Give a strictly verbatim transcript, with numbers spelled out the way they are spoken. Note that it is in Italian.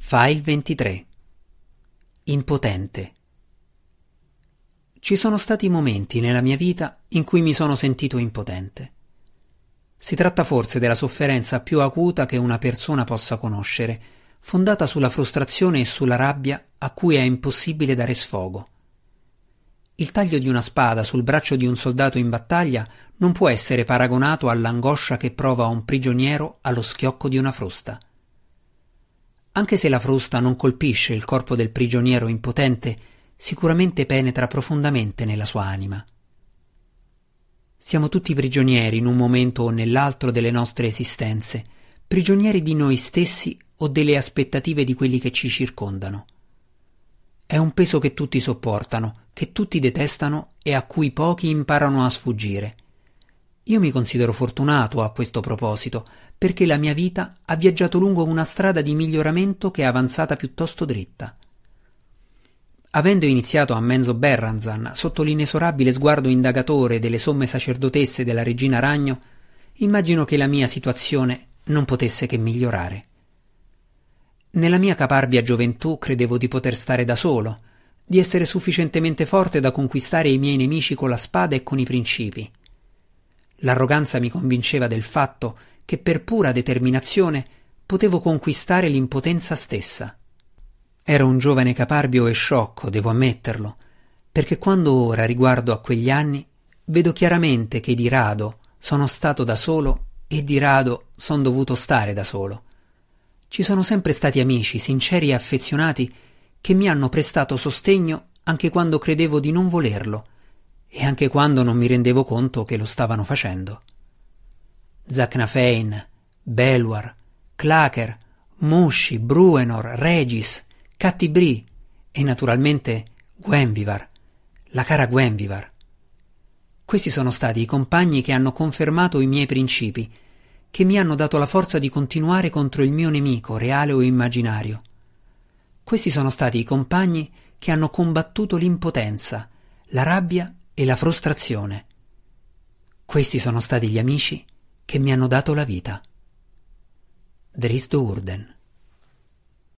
File ventitré. Impotente. Ci sono stati momenti nella mia vita in cui mi sono sentito impotente. Si tratta forse della sofferenza più acuta che una persona possa conoscere, fondata sulla frustrazione e sulla rabbia a cui è impossibile dare sfogo. Il taglio di una spada sul braccio di un soldato in battaglia non può essere paragonato all'angoscia che prova un prigioniero allo schiocco di una frusta. Anche se la frusta non colpisce il corpo del prigioniero impotente, sicuramente penetra profondamente nella sua anima. Siamo tutti prigionieri in un momento o nell'altro delle nostre esistenze, prigionieri di noi stessi o delle aspettative di quelli che ci circondano. È un peso che tutti sopportano, che tutti detestano e a cui pochi imparano a sfuggire. Io mi considero fortunato a questo proposito, perché la mia vita ha viaggiato lungo una strada di miglioramento che è avanzata piuttosto dritta. Avendo iniziato a Menzo Berranzan sotto l'inesorabile sguardo indagatore delle somme sacerdotesse della regina Ragno, immagino che la mia situazione non potesse che migliorare. Nella mia caparbia gioventù credevo di poter stare da solo, di essere sufficientemente forte da conquistare i miei nemici con la spada e con i principi. L'arroganza mi convinceva del fatto che per pura determinazione potevo conquistare l'impotenza stessa. Ero un giovane caparbio e sciocco, devo ammetterlo, perché quando ora riguardo a quegli anni vedo chiaramente che di rado sono stato da solo e di rado son dovuto stare da solo. Ci sono sempre stati amici, sinceri e affezionati, che mi hanno prestato sostegno anche quando credevo di non volerlo e anche quando non mi rendevo conto che lo stavano facendo. Zaknafein, Belwar, Clacker, Mushi, Bruenor, Regis, Catti-Brie e naturalmente Gwenvivar, la cara Gwenvivar. Questi sono stati i compagni che hanno confermato i miei principi, che mi hanno dato la forza di continuare contro il mio nemico, reale o immaginario. Questi sono stati i compagni che hanno combattuto l'impotenza, la rabbia e la frustrazione. Questi sono stati gli amici che mi hanno dato la vita. Dries Do'Urden.